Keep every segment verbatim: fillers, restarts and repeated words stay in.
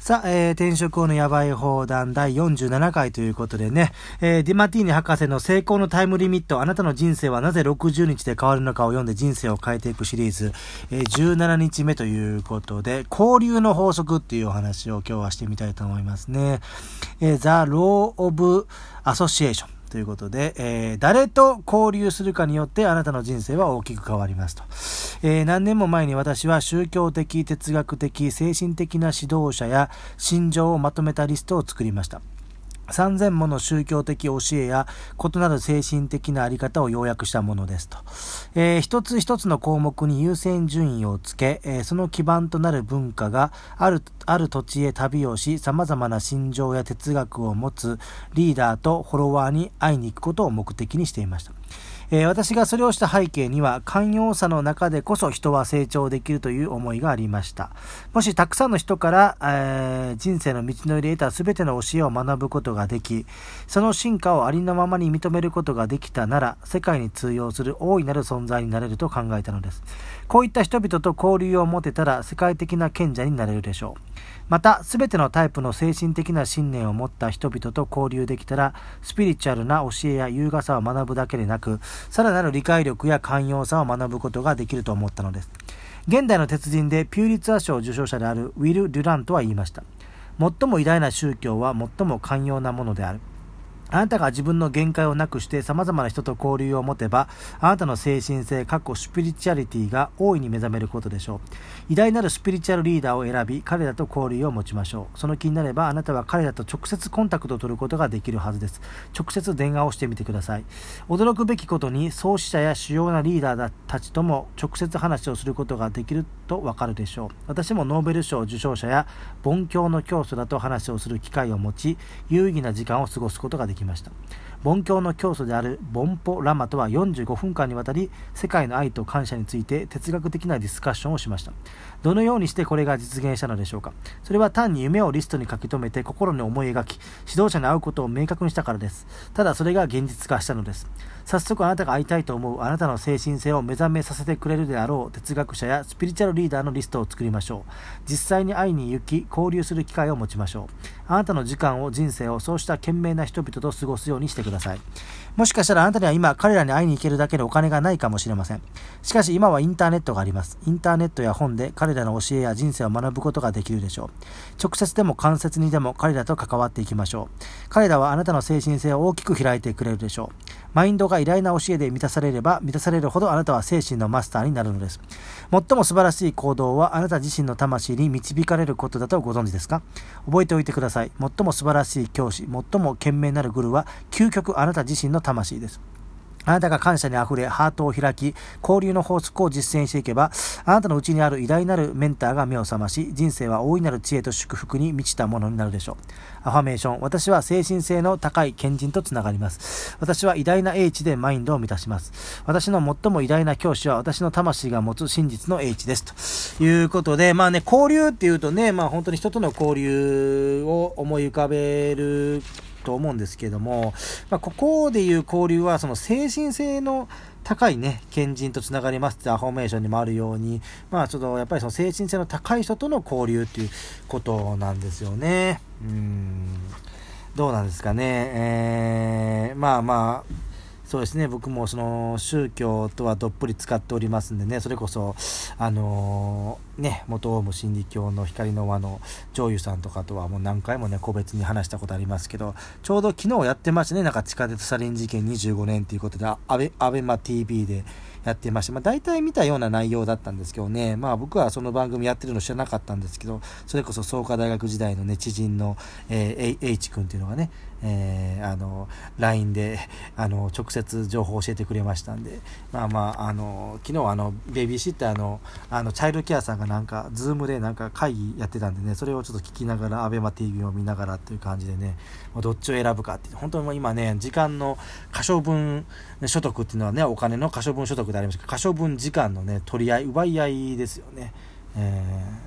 さあ、えー、転職後のやばい放談だいよんじゅうななかいということでね、えー、ディマティーニ博士の成功のタイムリミット、あなたの人生はなぜろくじゅうにちで変わるのかを読んで人生を変えていくシリーズ、えー、じゅうななにちめということで、交流の法則っていうお話を今日はしてみたいと思いますね。えー、The Law of Associationということで、えー、誰と交流するかによってあなたの人生は大きく変わりますと。えー、何年も前に私は宗教的、哲学的、精神的な指導者や信条をまとめたリストを作りました。さんぜんもの宗教的教えや異なる精神的なあり方を要約したものですと。えー、一つ一つの項目に優先順位をつけ、えー、その基盤となる文化がある、ある土地へ旅をし、様々な信条や哲学を持つリーダーとフォロワーに会いに行くことを目的にしていました。えー、私がそれをした背景には、寛容さの中でこそ人は成長できるという思いがありました。もしたくさんの人から、えー、人生の道のりで得たすべての教えを学ぶことができ、その進化をありのままに認めることができたなら、世界に通用する大いなる存在になれると考えたのです。こういった人々と交流を持てたら、世界的な賢者になれるでしょう。また、すべてのタイプの精神的な信念を持った人々と交流できたら、スピリチュアルな教えや優雅さを学ぶだけでなく、さらなる理解力や寛容さを学ぶことができると思ったのです。現代の鉄人でピューリッツァー賞受賞者であるウィル・デュラントは言いました。最も偉大な宗教は最も寛容なものである。あなたが自分の限界をなくして様々な人と交流を持てば、あなたの精神性、かっこスピリチュアリティが大いに目覚めることでしょう。偉大なるスピリチュアルリーダーを選び、彼らと交流を持ちましょう。その気になれば、あなたは彼らと直接コンタクトを取ることができるはずです。直接電話をしてみてください。驚くべきことに、創始者や主要なリーダーたちとも直接話をすることができるとわかるでしょう。私もノーベル賞受賞者や凡教の教祖だと話をする機会を持ち、有意義な時間を過ごすことができました。凡教の教祖であるボンポ・ラマとはよんじゅうごふんかんにわたり世界の愛と感謝について哲学的なディスカッションをしました。どのようにしてこれが実現したのでしょうか。それは単に夢をリストに書き留めて心に思い描き、指導者に会うことを明確にしたからです。ただそれが現実化したのです。早速あなたが会いたいと思うあなたの精神性を目覚めさせてくれるであろう哲学者やスピリチュアルリーダーのリストを作りましょう。実際に会いに行き交流する機会を持ちましょう。あなたの時間を人生をそうした賢明な人々と過ごすようにしてください。もしかしたらあなたには今彼らに会いに行けるだけのお金がないかもしれません。しかし今はインターネットがあります。インターネットや本で彼らの教えや人生を学ぶことができるでしょう。直接でも間接にでも彼らと関わっていきましょう。彼らはあなたの精神性を大きく開いてくれるでしょう。マインドが偉大な教えで満たされれば満たされるほどあなたは精神のマスターになるのです。最も素晴らしい行動はあなた自身の魂に導かれることだとご存知ですか。覚えておいてください。最も素晴らしい教師、最も賢明なるグルは究極あなた自身の魂です。あなたが感謝にあふれハートを開き交流の法則を実践していけば、あなたのうちにある偉大なるメンターが目を覚まし、人生は大いなる知恵と祝福に満ちたものになるでしょう。アファメーション。私は精神性の高い賢人とつながります。私は偉大な英知でマインドを満たします。私の最も偉大な教師は私の魂が持つ真実の英知です。ということで、まあね、交流っていうとね、まあ本当に人との交流を思い浮かべると思うんですけれども、まあ、ここでいう交流はその精神性の高いね賢人とつながりますってアフォーメーションにもあるように、まあちょっとやっぱりその精神性の高い人との交流っていうことなんですよね。うーんどうなんですかね。えー、まあまあそうですね、僕もその宗教とはどっぷり使っておりますんでね、それこそあのー、ね元オウム真理教の光の輪の上優さんとかとはもう何回もね個別に話したことありますけど、ちょうど昨日やってましたね。なんか地下鉄サリン事件にじゅうごねんということでアベアベマ ティービー でやってました。まあ大体見たような内容だったんですけどね、まあ僕はその番組やってるの知らなかったんですけど、それこそ創価大学時代のね知人の、えー、H 君っていうのがね、えー、あの ライン であの直接情報を教えてくれましたんで、まあまああの昨日あのベビーシッターのあのチャイルドケアさんがなんかズームでなんか会議やってたんでね、それをちょっと聞きながらアベマ ティービー を見ながらっていう感じでね、どっちを選ぶかって本当に今ね時間の可処分所得っていうのはねお金の可処分所得でありますけど、可処分時間のね取り合い奪い合いですよね。えー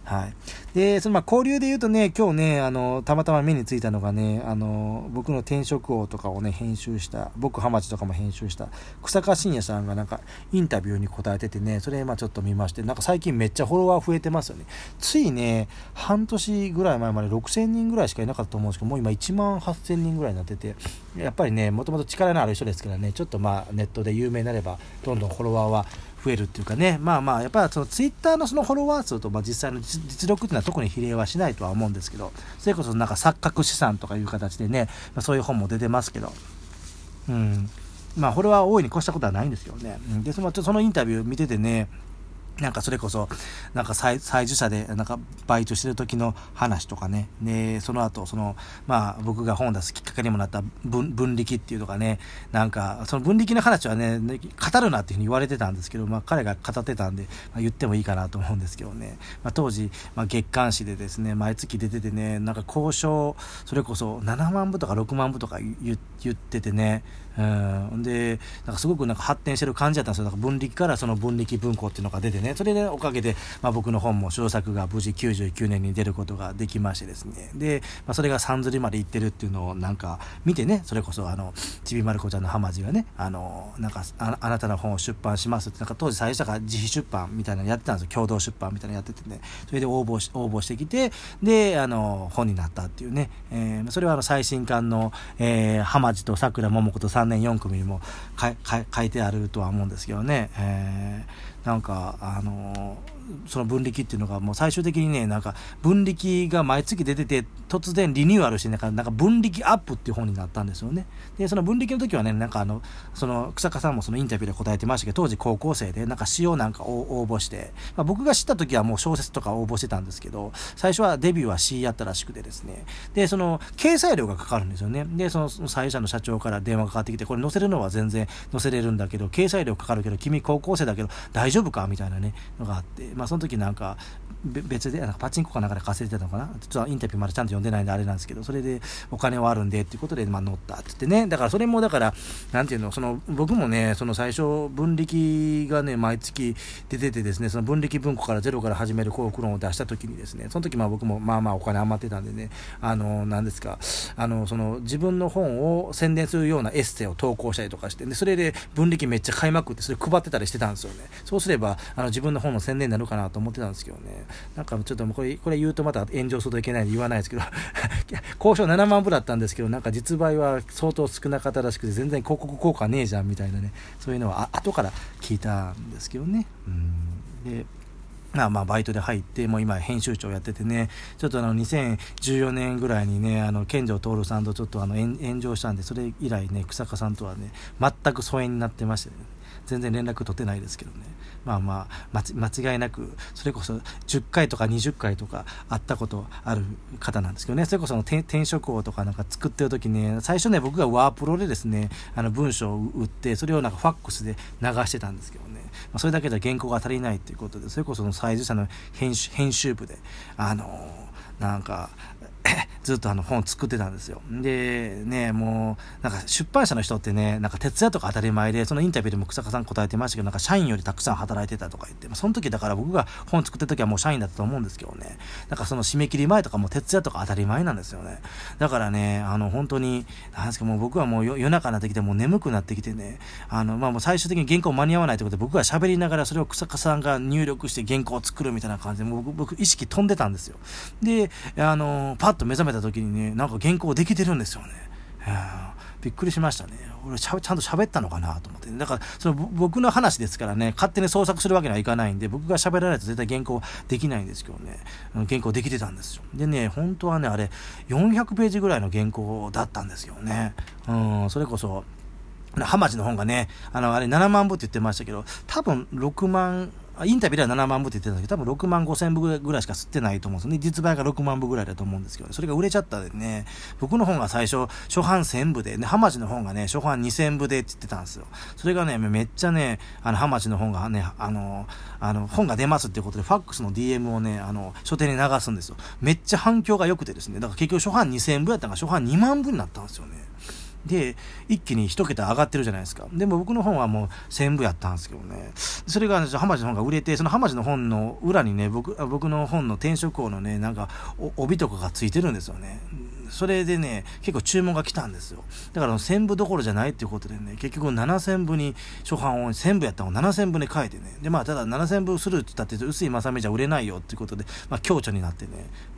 はい。で、そのまあ交流で言うとね、今日ね、あの、たまたま目についたのがね、あの、僕の転職王とかをね、編集した、僕ハマチとかも編集した、草加信也さんがなんかインタビューに答えててね、それまあちょっと見まして、なんか最近めっちゃフォロワー増えてますよね。ついね、半年ぐらい前までろくせんにんぐらいしかいなかったと思うんですけど、もう今いちまんはっせんにんぐらいになってて、やっぱりね、もともと力のある人ですからね、ちょっとまあネットで有名になれば、どんどんフォロワーは増えるっていうかね、まあまあやっぱりそのツイッターのそのフォロワー数とまあ実際の実力っていうのは特に比例はしないとは思うんですけど、それこそなんか錯覚資産とかいう形でね、まあ、そういう本も出てますけど、うん、まあフォロワー大いに越したことはないんですよね。でそのそのインタビュー見ててね、なんかそれこそなんか催事者でなんかバイトしてる時の話とかね、でその後そのまあ僕が本を出すきっかけにもなった分分力っていうのがね、なんかその分力の話はね語るなっていうふうに言われてたんですけど、まあ彼が語ってたんで、まあ、言ってもいいかなと思うんですけどね、まあ、当時、まあ、月刊誌でですね毎月出ててね、なんか交渉それこそななまんぶとかろくまんぶとか言っててね、うん、でなんかすごくなんか発展してる感じだったんですよ。だから分力からその分力文庫っていうのが出てね、それでおかげで、まあ、僕の本も小作が無事きゅうじゅうきゅうねんに出ることができましてですね、で、まあ、それがさんずりまでいってるっていうのをなんか見てね、それこそあのちびまる子ちゃんの浜地がね、あのなんか あ, あなたの本を出版しますって、なんか当時最初から自費出版みたいなのやってたんですよ。共同出版みたいなのやっててね、それで応募し応募してきて、であの本になったっていうね、えー、それはあの最新刊の、えー、浜地と桜桃子とさんねんよん組にもかか書いてあるとは思うんですけどね、えー、なんかあのその分力っていうのがもう最終的にね、なんか分力が毎月出てて突然リニューアルしてなんかなんか分力アップっていう本になったんですよね。でその分力の時はね、なんかあのその草加さんもそのインタビューで答えてましたけど、当時高校生でなんか詩をなんか応募して、まあ、僕が知った時はもう小説とか応募してたんですけど、最初はデビューは詩やったらしくてですね、でその掲載料がかかるんですよね。でその最初の社長から電話がかかってきて、これ載せるのは全然載せれるんだけど掲載料かかるけど君高校生だけど大丈夫かみたいなねのがあって、まあその時なんか別でなんかパチンコかなんかで稼いでたのかな、ちょっとインタビューまでちゃんと読んでないんであれなんですけど、それでお金はあるんでっていうことでまあ乗ったって言ってね、だからそれもだからなんていうの、その僕もねその最初分力がね毎月出ててですね、その分力文庫からゼロから始める幸福論を出した時にですね、その時まあ僕もまあまあお金余ってたんでね、あのなんですか、あのその自分の本を宣伝するようなエッセイを投稿したりとかして、でそれで分力めっちゃ買いまくってそれ配ってたりしてたんですよね。そうすればあの自分の本の宣伝になるかなと思ってたんですけどね、なんかちょっともうこれこれ言うとまた炎上するといけないんで言わないですけど交渉ななまんぶだったんですけど、なんか実売は相当少なかったらしくて全然広告効果ねえじゃんみたいなね、そういうのはあ後から聞いたんですけどね。うんでまあまあバイトで入ってもう今編集長やっててね、ちょっとあのにせんじゅうよねんぐらいにねあの健城徹さんとちょっとあの炎上したんで、それ以来ね草加さんとはね全く疎遠になってましてね、全然連絡取ってないですけどね、まあまあ間違いなくそれこそじゅっかいとかにじゅっかいとか会ったことある方なんですけどね、それこその転職王とかなんか作ってる時ね、最初ね僕がワープロでですねあの文章を打ってそれをなんかファックスで流してたんですけどね、まあ、それだけでは原稿が足りないということで、それこその催事者の編集、編集部であのー、なんかずっとあの本作ってたんですよ。でね、もうなんか出版社の人ってね、なんか徹夜とか当たり前で、そのインタビューでも草加さん答えてましたけど、なんか社員よりたくさん働いてたとか言って、まあ、その時だから僕が本作ってる時はもう社員だったと思うんですけどね、なんかその締め切り前とかも徹夜とか当たり前なんですよね。だからね、あの本当になんですか、もう僕はもう夜中になってきてもう眠くなってきてね、あのまあもう最終的に原稿間に合わないということで僕が喋りながらそれを草加さんが入力して原稿を作るみたいな感じで、もう僕、僕意識飛んでたんですよ。で、あのパッと目覚めた時にね、なんか原稿できてるんですよね。びっくりしましたね。俺ちゃんと喋ったのかなと思って、ね、だからその僕の話ですからね、勝手に創作するわけにはいかないんで、僕が喋らないと絶対原稿できないんですけどね、原稿できてたんですよ。でね、本当はねあれよんひゃくページぐらいの原稿だったんですよね。うん、それこそ浜地の本がね、あのあれななまんぶって言ってましたけど、多分ろくまん、インタビューではななまんぶって言ってたんだけど、多分ろくまんごせんぶぐらいしか吸ってないと思うんですよね。実売がろくまんぶぐらいだと思うんですけど、ね、それが売れちゃったでね、僕の本が最初初版せんぶで、ね、浜地の本がね初版にせんぶでって言ってたんですよ。それがねめっちゃね、あの浜地の本がね、あのあの本が出ますっていうことでファックスの ディーエム をね、あの書店に流すんですよ。めっちゃ反響が良くてですね、だから結局初版にせんぶやったのが初版にまんぶになったんですよね。 で一気に一桁上がってるじゃないですか。でも僕の本はもうせんぶやったんですけどね、それが、ね、浜地の本が売れて、その浜地の本の裏にね、僕僕の本の転職王のね、なんか帯とかがついてるんですよね。それでね、結構注文が来たんですよ。だからせんぶどころじゃないっていうことでね、結局ななせんぶに初版をせんぶやったのをななせんぶに変えてね、でまあただななせんぶするって言ったって薄い正目じゃ売れないよっていうことで、まあ強調になってね、うん、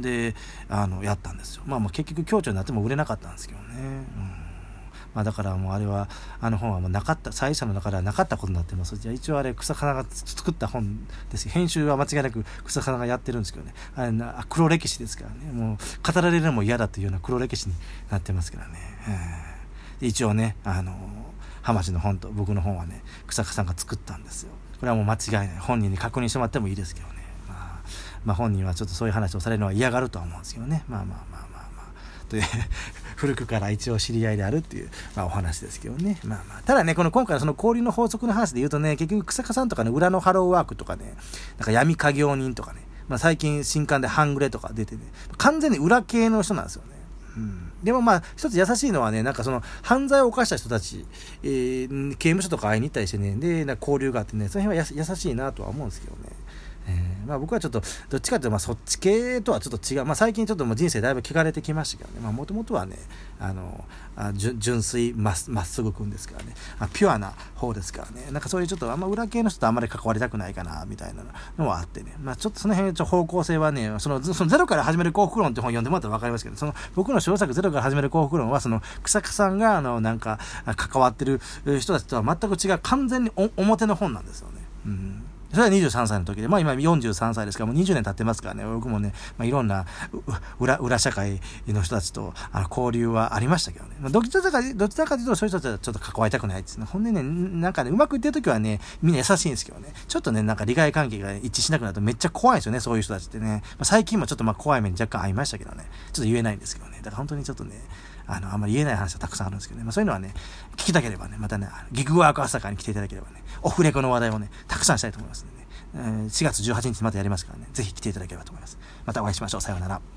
であのやったんですよ。まあまあ結局強調になっても売れなかったんですけどね。うん、まあ、だからもうあれはあの本はもうなかった、最初の中ではなかったことになってます。じゃあ一応あれ草花が作った本です。編集は間違いなく草花がやってるんですけどね、あれな黒歴史ですからね、もう語られるのも嫌だというような黒歴史になってますからね。で一応ね、あの浜地の本と僕の本はね、草花さんが作ったんですよ。これはもう間違いない。本人に確認してもらってもいいですけどね、まあ、まあ本人はちょっとそういう話をされるのは嫌がるとは思うんですけどね。まあまあまあまあまあで古くから一応知り合いであるっていう、まあ、お話ですけどね。まあまあ、ただね、この今回のその交流の法則の話で言うとね、結局草加さんとかね、裏のハローワークとかね、なんか闇家業人とかね、まあ、最近新刊で半グレとか出てね、完全に裏系の人なんですよね。うん、でもまあ一つ優しいのはね、なんかその犯罪を犯した人たち、えー、刑務所とか会いに行ったりしてね、でなんか交流があってね、その辺はや優しいなとは思うんですけどね。えーまあ、僕はちょっとどっちかというとまあそっち系とはちょっと違う、まあ、最近ちょっともう人生だいぶ汚れてきましたけどね、もともとはね、あのあ純粋まっすぐくんですからね、あピュアな方ですからね、なんかそういうちょっとあんま裏系の人とあんまり関わりたくないかなみたいなのはあってね、まあ、ちょっとその辺ちょっと方向性はね、そのそのゼロから始める幸福論って本読んでもらったら分かりますけど、その僕の小作ゼロから始める幸福論はその草加さんがあのなんか関わってる人たちとは全く違う、完全にお表の本なんですよね。うん、それはにじゅうさんさいの時で、まあ今よんじゅうさんさいですから、もうにじゅうねん経ってますからね、僕もね、まあ、いろんな裏、裏社会の人たちとあの交流はありましたけどね。まあ、どちらか、どちらかというとそういう人たちはちょっと関わりたくないですね。ほんでね、なんかね、うまくいってる時はね、みんな優しいんですけどね、ちょっとね、なんか利害関係が一致しなくなるとめっちゃ怖いんですよね、そういう人たちってね。まあ、最近もちょっとまあ怖い目に若干合いましたけどね、ちょっと言えないんですけどね。だから本当にちょっとね、あの、あんまり言えない話はたくさんあるんですけどね。まあそういうのはね、聞きたければね、またね、ギグワーク朝からに来ていただければね、オフレコの話題をね、たくさんしたいと思いますのでね。しがつじゅうはちにちまたやりますからね、ぜひ来ていただければと思います。またお会いしましょう。さようなら。